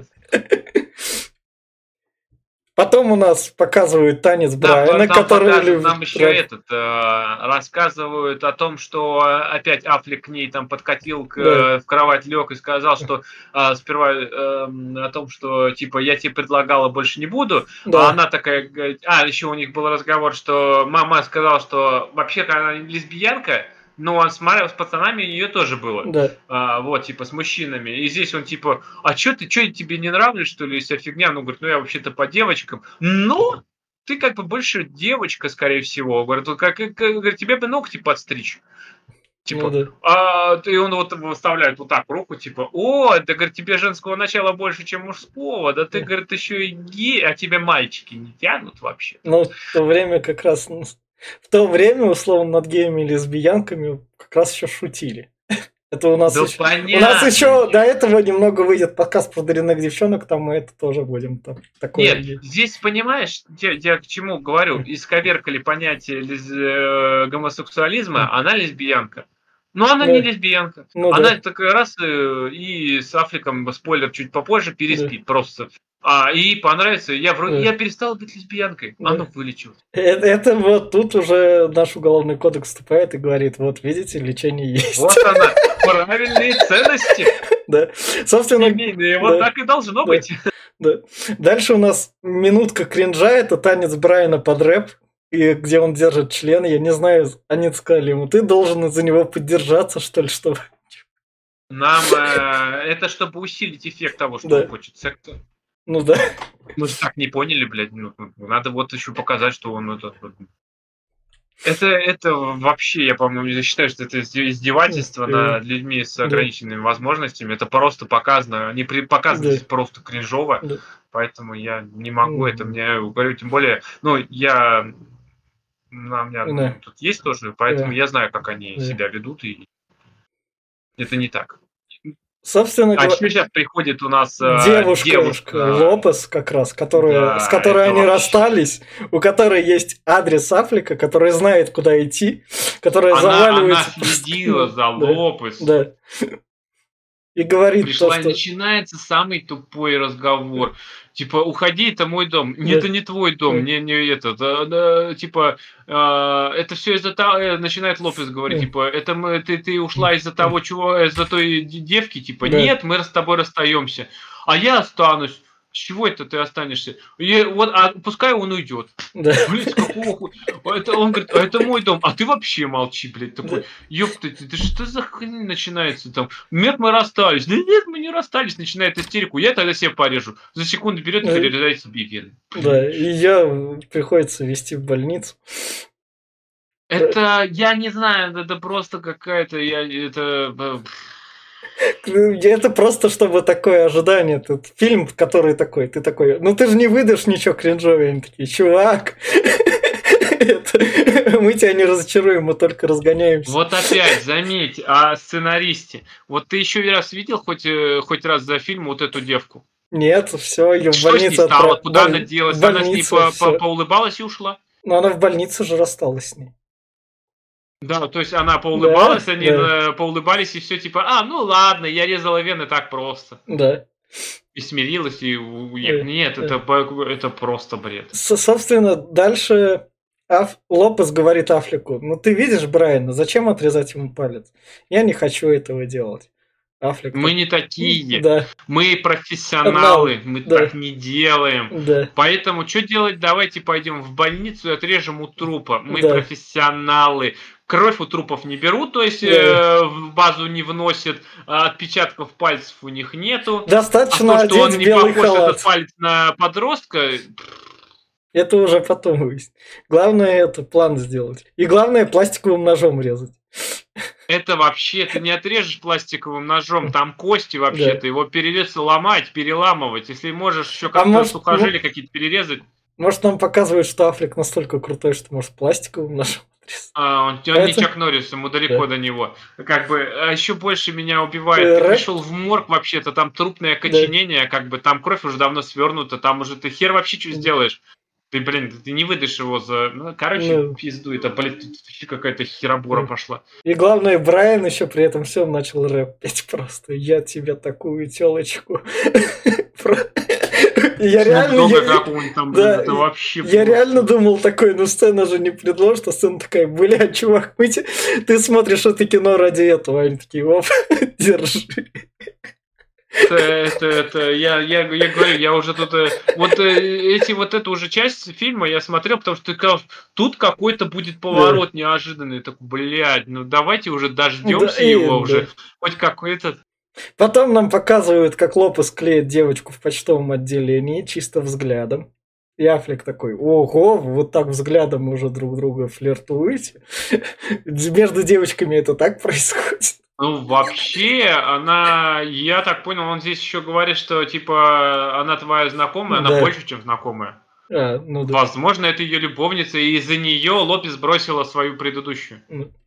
Потом у нас показывают танец Брайана, который нам еще рассказывают о том, что опять Аффлек к ней там подкатил в кровать, лег и сказал, что сперва о том, что типа я тебе предлагала, больше не буду. Да. А она такая говорит, еще у них был разговор, что мама сказала, что вообще-то она лесбиянка. Но он смотрел с пацанами, ее тоже было. Да. Вот, типа, с мужчинами. И здесь он, типа, что тебе не нравлюсь, что ли, вся фигня? Ну, говорит, я вообще-то по девочкам. Но ты как бы больше девочка, скорее всего. Говорит, говорит, тебе бы ногти подстричь. Типа, и он вот выставляет вот так руку, типа, да, говорит, тебе женского начала больше, чем мужского, да ты, говорит, еще и гей, а тебе мальчики не тянут вообще. Ну, в то время как раз, в то время, условно, над геями и лесбиянками как раз еще шутили. Это у нас еще до этого немного выйдет подкаст про дрянных девчонок, там мы это тоже будем там такое. Нет, здесь, понимаешь, я к чему говорю, исковеркали понятие гомосексуализма, она лесбиянка. Но она не лесбиянка. Она такая раз и с Аффлеком, спойлер, чуть попозже переспит просто. И понравится. Я перестала быть лесбиянкой. Оно вылечилось. Это вот тут уже наш уголовный кодекс вступает и говорит, вот видите, лечение есть. Вот она, правильные ценности. Да. Собственно, вот так и должно быть. Да. Дальше у нас минутка кринжа, это танец Брайана под рэп, и где он держит член, я не знаю, они сказали ему, ты должен за него поддержаться, что ли, чтобы... Нам это чтобы усилить эффект того, что он хочет секта. Ну да. Мы же так не поняли, блядь. Надо вот еще показать, что он это вообще, я, по-моему, считаю, что это издевательство над людьми с ограниченными возможностями. Это просто показано. Они показаны просто кринжово. Поэтому я не могу это. Мне говорю, тем более, у меня тут есть тоже, поэтому я знаю, как они себя ведут, и это не так. Собственно говоря, что сейчас приходит у нас девушка Лопес, как раз, с которой они расстались, у которой есть адрес Аффлека, который знает, куда идти, которая заваливается. Она следила за Лопес. Да. И говорит пришла, и начинается самый тупой разговор. Типа, уходи, это мой дом. Нет, это не твой дом. Не это. Типа, это все из-за того, начинает Лопес говорить, типа, это ты ушла из-за того, из-за той девки, типа, нет, мы с тобой расстаемся. А я останусь. С чего это ты останешься? Пускай он уйдет. Да. Блять, какого хуя? Он говорит, это мой дом, а ты вообще молчи, блядь. Такой, ёпта, ты что за хрень начинается там? Нет, мы расстались. Да нет, мы не расстались. Начинает истерику. Я тогда себе порежу. За секунду берет и перерезает себе вены. Да, и ее приходится везти в больницу. Это, я не знаю, это просто какая-то, это просто, чтобы такое ожидание. Тут фильм, который такой, ты такой, ты же не выдашь ничего кринжовее. Они такие, чувак, мы тебя не разочаруем, мы только разгоняемся. Вот опять, заметь, о сценаристе. Вот ты еще раз видел хоть раз за фильм вот эту девку? Нет, все, ее в Что больницу с ней стало? Куда она делась? Она с ней поулыбалась и ушла? Но она в больнице же рассталась с ней. Да, то есть она поулыбалась, они поулыбались, и все типа, ладно, я резала вены так просто. Да. И смирилась, и нет, это просто бред. Собственно, дальше Лопес говорит Аффлеку, ты видишь Брайана, зачем отрезать ему палец? Я не хочу этого делать. Аффлек, мы не такие, мы профессионалы, мы так не делаем. Поэтому что делать? Давайте пойдем в больницу и отрежем у трупа. Мы профессионалы. Кровь у трупов не берут, то есть в базу не вносят, отпечатков пальцев у них нету. Достаточно что он не похож этот палец на подростка. Это уже потом выяснить. Главное это план сделать. И главное пластиковым ножом резать. Это вообще, ты не отрежешь пластиковым ножом, там кости вообще-то, Да. его перерезать, ломать, переламывать. Если можешь еще А как-то может, сухожилия какие-то перерезать, может нам показывают, что Аффлек настолько крутой, что может пластиковым ножом отрезать. он не Это- Чак Норрис, ему далеко Да. до него. Как бы, а еще больше меня убивает. Ты Рэп? пришел в морг вообще-то, там трупное окоченение, как бы там кровь уже давно свернута, там уже ты хер вообще что сделаешь. Ты, блин, ты не выдашь его за... Ну, короче, Ну. пизду, это, блин, тут вообще какая-то херобора Да. пошла. И главное, Брайан еще при этом всем начал рэп петь просто. Я тебе такую телочку. Я реально... Как он там, блин, Да, это вообще... я реально думал такой, ну сцена же не предложит, а сцена такая, бля, чувак, ты смотришь это кино ради этого, они такие, оп, держи. Я говорю, я уже тут... эту уже часть фильма я смотрел, потому что ты сказал, тут какой-то будет поворот неожиданный. Такой, блядь, ну давайте уже дождемся его уже. Хоть какой-то... Потом нам показывают, как Лопес клеит девочку в почтовом отделении чисто взглядом. И Аффлек такой, ого, вот так взглядом уже друг друга флиртуете. Между девочками это так происходит. Ну, вообще, я так понял, он здесь еще говорит, что, типа, она твоя знакомая, она больше, чем знакомая. Ну да. Возможно, это ее любовница, и из-за нее Лопес бросила свою предыдущую.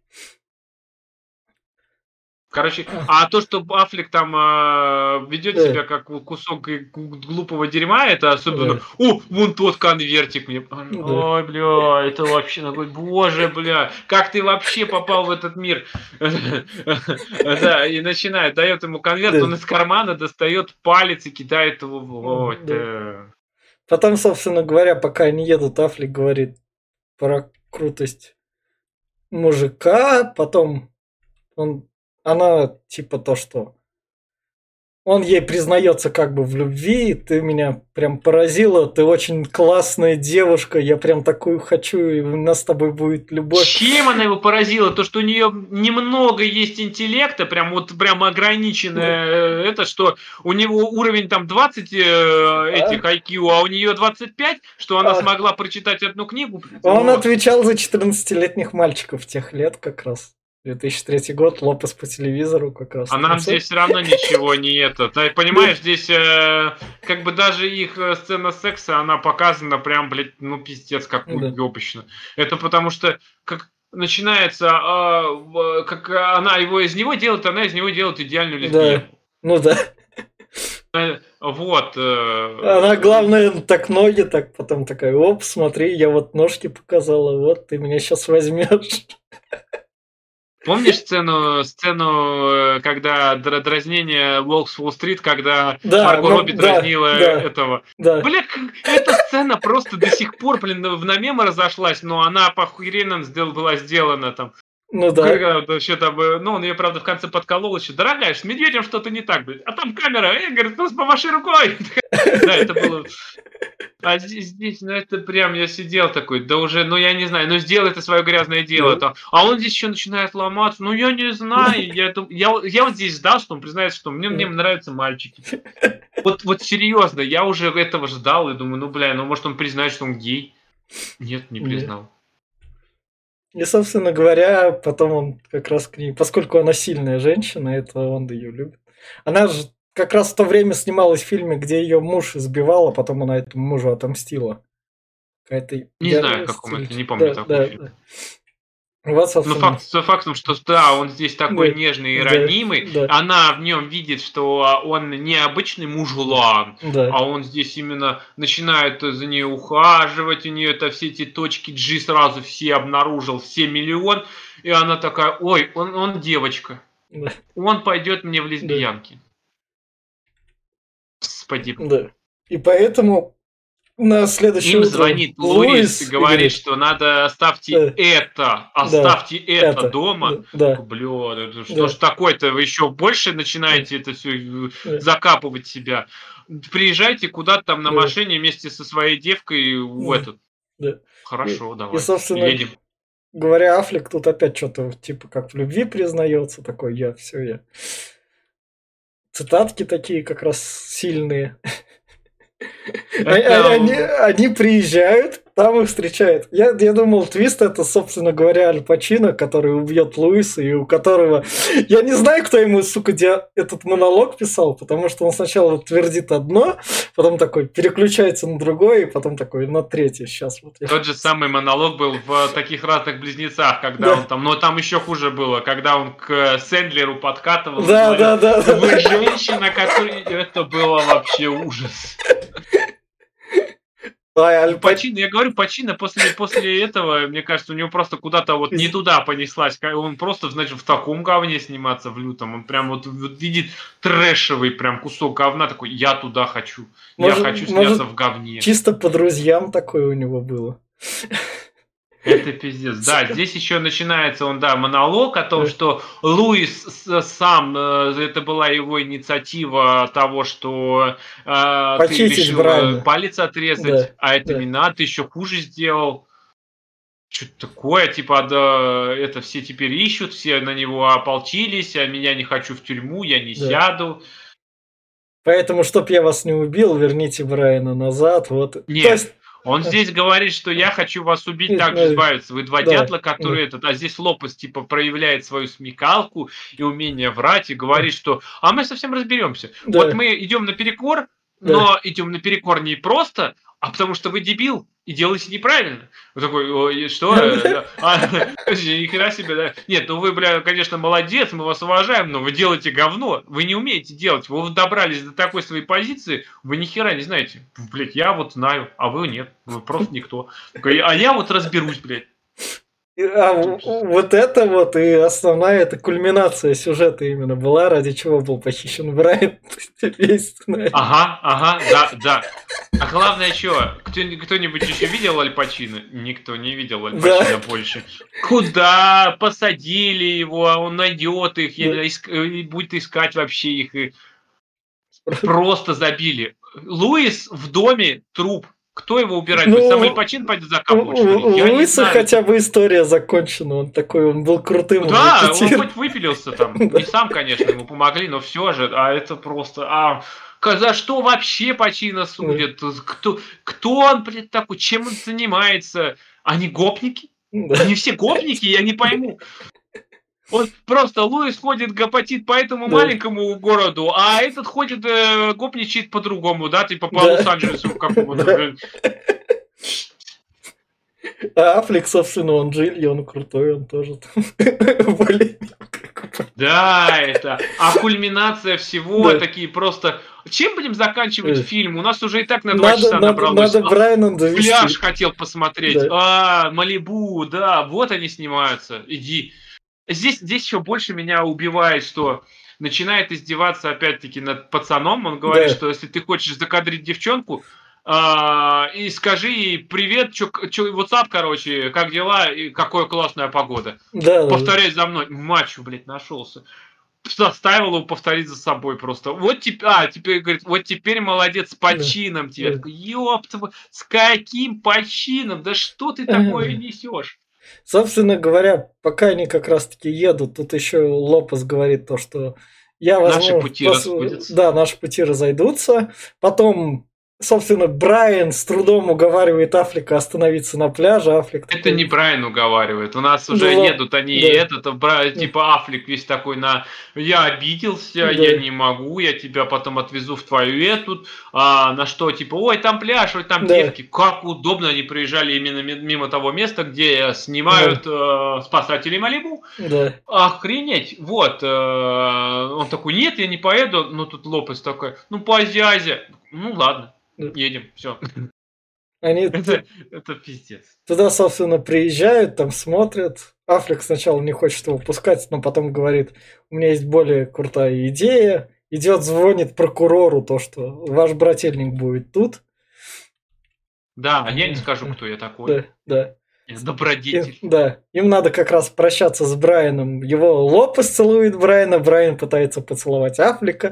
Короче, а то, что Аффлек там ведет себя как кусок глупого дерьма, это особенно... О, вон тот конвертик мне... Ой, бля, это вообще... Боже, бля, как ты вообще попал в этот мир? Да, и начинает, дает ему конверт, он из кармана достает палец и кидает его... Потом, собственно говоря, пока они едут, Аффлек говорит про крутость мужика, потом она типа то, что он ей признается как бы в любви, ты меня прям поразила, ты очень классная девушка, я прям такую хочу, и у нас с тобой будет любовь. Чем она его поразила? То, что у нее немного есть интеллекта, прям ограниченное, это что у него уровень там 20 этих IQ, а у нее 25, что она смогла прочитать одну книгу. Он отвечал за 14-летних мальчиков тех лет как раз. 2003 год, Лопес по телевизору как раз. А нам здесь все равно ничего не это. Ты понимаешь, здесь как бы даже их сцена секса, она показана прям, блядь, ну пиздец, как уёбищно. Это потому что как начинается, как она его из него делает, она из него делает идеальную лесбиянку. Ну да. Вот. Она, главное, так ноги, так потом такая, оп, смотри, я вот ножки показала, вот, ты меня сейчас возьмешь. Помнишь сцену, когда дразнение Волк с Уолл-стрит, когда Марго Робби дразнила этого? Да. Бля, эта сцена просто до сих пор, блин, на мемы разошлась, но она по-охуенному была сделана там. Ну да. Вообще там, ну, он ее, правда, в конце подколол еще. Дорогая, с медведем что-то не так, блядь. А там камера, говорит, ну, помаши рукой. Да, это было... А здесь, ну, это прям, я сидел такой, да уже, ну, я не знаю, ну, сделай это свое грязное дело. Там. А он здесь еще начинает ломаться, ну, я не знаю. Я вот здесь ждал, что он признается, что мне нравятся мальчики. Вот серьезно, я уже этого ждал и думаю, ну, бля, ну, может, он признает, что он гей. Нет, не признал. И, собственно говоря, потом он как раз к ней, поскольку она сильная женщина, это он ее любит. Она же как раз в то время снималась в фильме, где ее муж избивал, а потом она этому мужу отомстила. Не знаю, каком это, не помню такой фильм. Вот, ну, фактом, что да, он здесь такой нежный и ранимый, она в нем видит, что он не обычный мужлан, а он здесь именно начинает за ней ухаживать, у нее это все эти точки G сразу все обнаружил, все миллион, и она такая, ой, он девочка, он пойдет мне в лесбиянки. Господи. Да. И поэтому на следующее утро звонит Луис и говорит, что надо оставьте это дома. Бля, что ж такое-то? Вы еще больше начинаете это все закапывать себя. Приезжайте куда-то там на машине вместе со своей девкой в этот. Хорошо, давай. И, собственно, едем. Говоря, Аффлек тут опять что-то типа как в любви признается, такой я. Цитатки такие как раз сильные. Они приезжают, там их встречают. Я думал, твист это, собственно говоря, Аль Пачино, который убьет Луиса, и у которого... Я не знаю, кто ему, сука, этот монолог писал, потому что он сначала твердит одно, потом такой переключается на другое, и потом такой на третье. Сейчас вот. Тот же самый монолог был в таких разных близнецах, когда он там... Но там еще хуже было, когда он к Сэндлеру подкатывал. Да. Вы женщина, которая... Это было вообще ужас. Пачино, я говорю, Пачино после этого, мне кажется, у него просто куда-то вот не туда понеслась. Он просто, значит, в таком говне сниматься в лютом. Он прям вот видит трэшевый прям кусок говна, такой, я туда хочу. Я хочу сняться в говне. Чисто по друзьям такое у него было. Это пиздец. Да, здесь еще начинается монолог о том, что Луис сам, это была его инициатива того, что ты решил Брайана. палец отрезать, а это не надо, ты еще хуже сделал. Что-то такое, типа, это все теперь ищут, все на него ополчились, а меня не хочу в тюрьму, я не сяду. Поэтому, чтоб я вас не убил, верните Брайана назад. Вот. Нет. Он здесь говорит, что я хочу вас убить, так же избавиться. Вы два дятла, которые а здесь Лопес типа проявляет свою смекалку и умение врать и говорит, что мы совсем разберемся. Да. Вот мы идем наперекор, но идем наперекор не просто, а потому что вы дебил и делаете неправильно. Вы такой, что? Ни хера себе, да? Нет, ну вы, бля, конечно, молодец, мы вас уважаем, но вы делаете говно. Вы не умеете делать. Вы добрались до такой своей позиции, вы ни хера не знаете. Блядь, я вот знаю, а вы нет. Вы просто никто. А я вот разберусь, блядь. Вот это вот и основная эта кульминация сюжета именно была, ради чего был похищен Брайан. Ага, да. А главное, что, кто-нибудь еще видел Аль Пачино? Никто не видел Аль Пачино больше. Куда посадили его, он найдет их, будет искать вообще их. И просто забили. Луис в доме труп. Кто его убирать? Сам Аль Пачино пойдет закапывать? У Луиса хотя бы история закончена. Он такой, он был крутым. Да, он хоть выпилился там. Не сам, конечно, ему помогли, но все же. А это просто... За что вообще Пачино судят? Кто он, блядь, такой? Чем он занимается? Они гопники? Они все гопники? Я не пойму. Вот просто Луис ходит, гопотит по этому маленькому городу, а этот ходит, гопничает по-другому, да, типа по Лос-Анджелесу какому-то. А Аффлек, собственно, он Джильи, он крутой, он тоже там более... Да, это. А культминация всего такие просто... Чем будем заканчивать фильм? У нас уже и так на 2 часа набралось. Надо Брайана довести. Пляж хотел посмотреть. Малибу, да, вот они снимаются. Иди. Здесь еще больше меня убивает, что начинает издеваться опять-таки над пацаном. Он говорит, что если ты хочешь закадрить девчонку, и скажи ей привет, WhatsApp, короче, как дела и какая классная погода. Повторяй за мной. Мачо, блядь, нашелся. Заставил его повторить за собой просто. Вот теперь говорит, вот теперь молодец с почином тебе. Ёпта, с каким почином? Да что ты такое несешь? Собственно говоря, пока они как раз-таки едут, тут еще Лопес говорит то, что я возьму... Наши пути расходятся. Да, наши пути разойдутся. Потом, собственно, Брайан с трудом уговаривает Аффлека остановиться на пляже. Это не Брайан уговаривает. У нас уже едут они, типа Аффлек весь такой я обиделся, я не могу, я тебя потом отвезу в твою эту. На что, типа, ой, там пляж, ой, там девки. Как удобно они приезжали именно мимо того места, где снимают спасатели Малибу. Охренеть. Вот. Он такой, нет, я не поеду. Ну, тут Лопес такой, позязя. Ну, ладно. Едем, все. Это пиздец. Туда, собственно, приезжают, там смотрят. Аффлек сначала не хочет его пускать, но потом говорит, у меня есть более крутая идея. Идет, звонит прокурору, то, что ваш брательник будет тут. Да, я не скажу, кто я такой. Да. Добродетель. Да, им надо как раз прощаться с Брайаном. Его Лопес целует Брайана, Брайан пытается поцеловать Аффлека.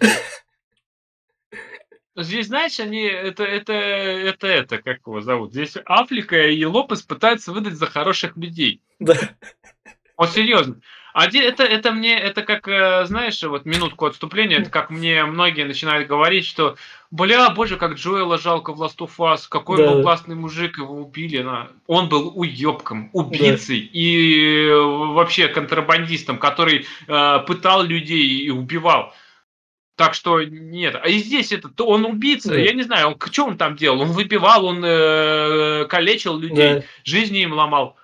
Здесь, знаешь, они это как его зовут? Здесь Аффлека и Лопес пытаются выдать за хороших людей. Да. Вот серьезно. Это как, знаешь, вот минутку отступления, это как мне многие начинают говорить, что, боже, как Джоэла жалко в Last of Us, какой он был Да, классный мужик, его убили. Он был уебком, да. убийцей и вообще контрабандистом, который пытал людей и убивал. Так что нет. А и здесь он убийца. Да, Я не знаю, что он там делал. Он выбивал, он калечил людей, да. жизни им ломал.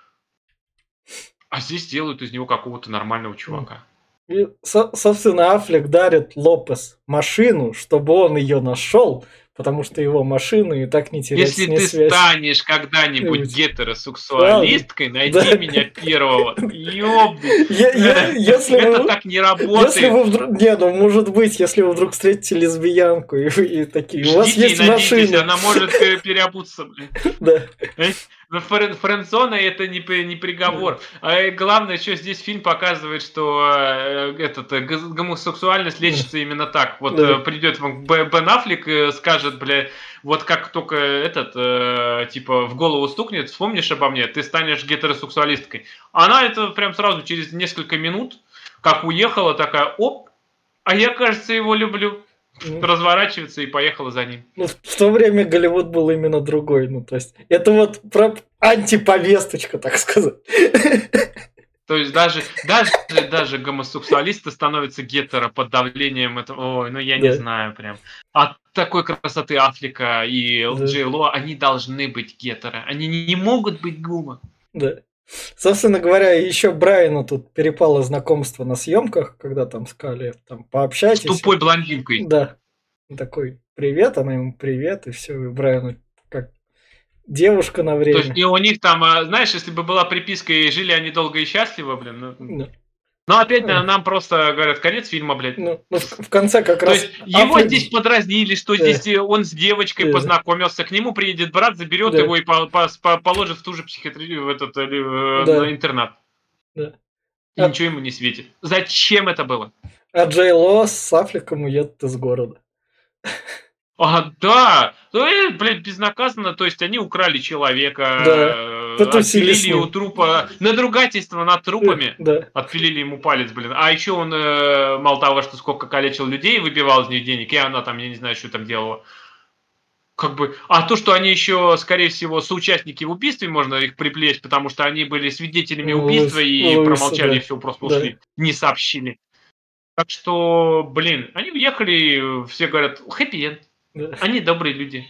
А здесь делают из него какого-то нормального чувака. И, собственно, Аффлек дарит Лопес машину, чтобы он ее нашел, потому что его машины и так не терять Если с ней ты связь. станешь когда-нибудь Быть. гетеросексуалисткой, найди Да. меня первого. Ёбни. Если Это вы, так не если работает. вы вдруг, не, ну может быть, если вы вдруг встретите лесбиянку и такие, у вас Ждите и есть надейтесь, машина. она может переобуться, блин. Да. Но френдзона это не приговор. А главное, что здесь фильм показывает, что гомосексуальность лечится именно так. Вот Да. придет Бен Аффлек и скажет, бля, вот как только типа в голову стукнет, вспомнишь обо мне, ты станешь гетеросексуалисткой. Она это прям сразу через несколько минут, как уехала, такая, оп, а я, кажется, его люблю. Разворачивается и поехала за ним. Ну, в то время Голливуд был именно другой. Ну, то есть, это вот про антиповесточка, так сказать. То есть даже гомосексуалисты становятся гетеро под давлением этого. Ой, ну я не знаю прям. От такой красоты Аффлека и Джей Ло они должны быть гетеро. Они не могут быть гумо. Да. Собственно говоря, еще Брайану тут перепало знакомство на съемках, когда там сказали, там, пообщайтесь. С тупой блондинкой. Да. Такой, привет, она ему привет, и все, и Брайану как девушка на время. То есть и у них там, знаешь, если бы была приписка и жили они долго и счастливо, блин, Но опять нам просто говорят, конец фильма, блядь. Ну, в конце как раз... То есть его здесь подразнили, что здесь он с девочкой познакомился, к нему приедет брат, заберет его и положит в ту же психиатрию, в этот интернат. Да. И ничего ему не светит. Зачем это было? А Джей Ло с Аффлеком уедут из города. Да, блядь, безнаказанно, то есть они украли человека, отпилили у трупа, надругательство над трупами, отпилили ему палец, блин, а еще он, мало того, что сколько калечил людей, выбивал из них денег, и она там, я не знаю, что там делала, как бы, а то, что они еще, скорее всего, соучастники в убийстве, можно их приплечь, потому что они были свидетелями убийства и промолчали, и все, просто ушли, не сообщили. Так что, блин, они уехали, все говорят, хэппи-энд. Они добрые люди.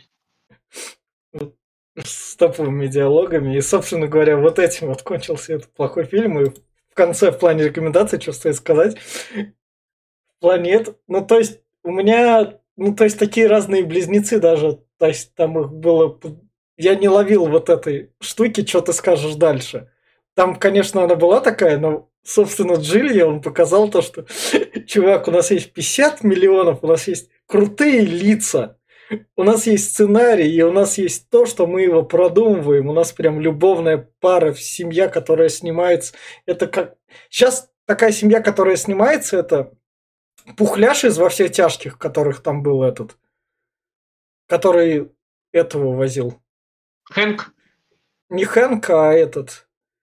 С топовыми диалогами. И, собственно говоря, вот этим вот кончился этот плохой фильм. И в конце, в плане рекомендаций, что стоит сказать. В плане ну, то есть, у меня, ну, то есть, такие разные близнецы даже. То есть, там их было... Я не ловил вот этой штуки, что ты скажешь дальше. Там, конечно, она была такая, но, собственно, Джилья, он показал то, что, чувак, у нас есть 50 миллионов, у нас есть крутые лица, у нас есть сценарий, и у нас есть то, что мы его продумываем. У нас прям любовная пара, семья, которая снимается. Это как... Сейчас такая семья, которая снимается, это Пухляш из «Во всех тяжких», которых там был этот, который этого возил. Хэнк? Не Хэнк, а этот...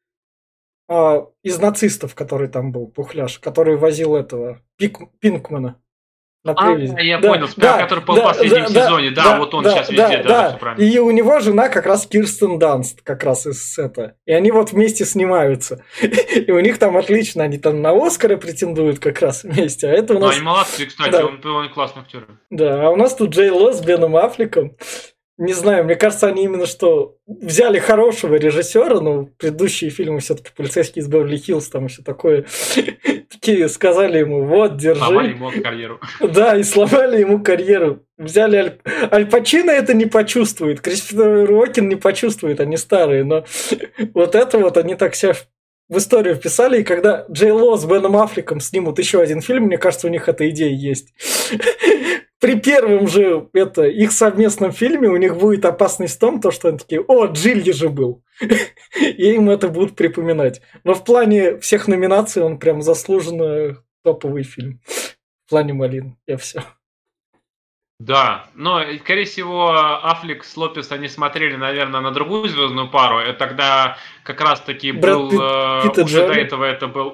из нацистов, который там был, Пухляш, который возил этого Пинкмана. Я понял, который был в последнем сезоне, вот он сейчас везде, все правильно. И у него жена как раз Кирстен Данст, как раз из этого. И они вот вместе снимаются. И у них там отлично, они там на Оскара претендуют как раз вместе. А это у нас... они молодцы, кстати, он классный актер. Да, а у нас тут Джей Ло с Беном Аффлеком. Не знаю, мне кажется, они именно что взяли хорошего режиссера, но предыдущие фильмы все-таки «Полицейский из Беверли-Хиллз», там еще такое, такие сказали ему, вот, держи. Сломали ему карьеру. Да, и сломали ему карьеру. Взяли Аль Пачино это не почувствует, Кристофер Уокен не почувствует, они старые, но вот это вот они так себя в историю вписали, и когда Джей Ло с Беном Аффлеком снимут еще один фильм, мне кажется, у них эта идея есть. При первом же их совместном фильме у них будет опасность в том, что они такие, Джилья же был. И им это будут припоминать. Но в плане всех номинаций он прям заслуженно топовый фильм. В плане малин. Я все. Да, но, скорее всего, Аффлек с Лопес они смотрели, наверное, на другую звездную пару. И тогда как раз-таки был... уже до этого это был...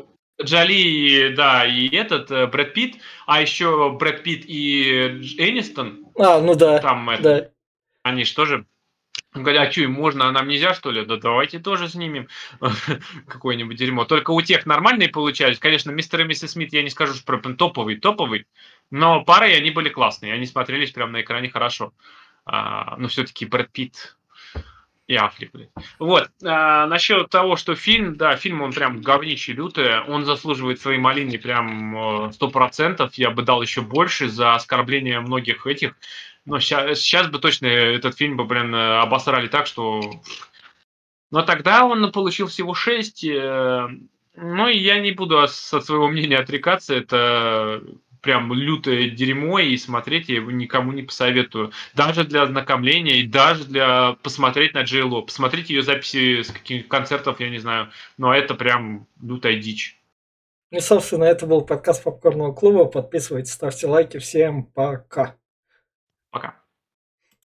Джоли, да, и этот Брэд Питт, а еще Брэд Питт и Энистон, Ну да, там это, да. они же тоже говорят, а что, им можно, а нам нельзя, что ли? Да давайте тоже снимем какое-нибудь дерьмо. Только у тех нормальные получались. Конечно, мистер и миссис Смит, я не скажу, что прям топовый, но парой они были классные, они смотрелись прям на экране хорошо. Но все-таки Брэд Питт и Аффлек, блядь. Вот. Насчет того, что фильм, да, фильм он прям говнище лютое, он заслуживает своей малины прям 100%. Я бы дал еще больше за оскорбление многих этих. Но сейчас бы точно этот фильм бы, блин, обосрали так, что... Но тогда он получил всего 6. Ну, и я не буду от своего мнения отрекаться. Это прям лютое дерьмо, и смотреть я его никому не посоветую. Даже для ознакомления, и даже для посмотреть на Джей Ло. Посмотреть ее записи с каких-нибудь концертов, я не знаю. Но это прям лютая дичь. Ну, собственно, это был подкаст Попкорного клуба. Подписывайтесь, ставьте лайки. Всем пока. Пока.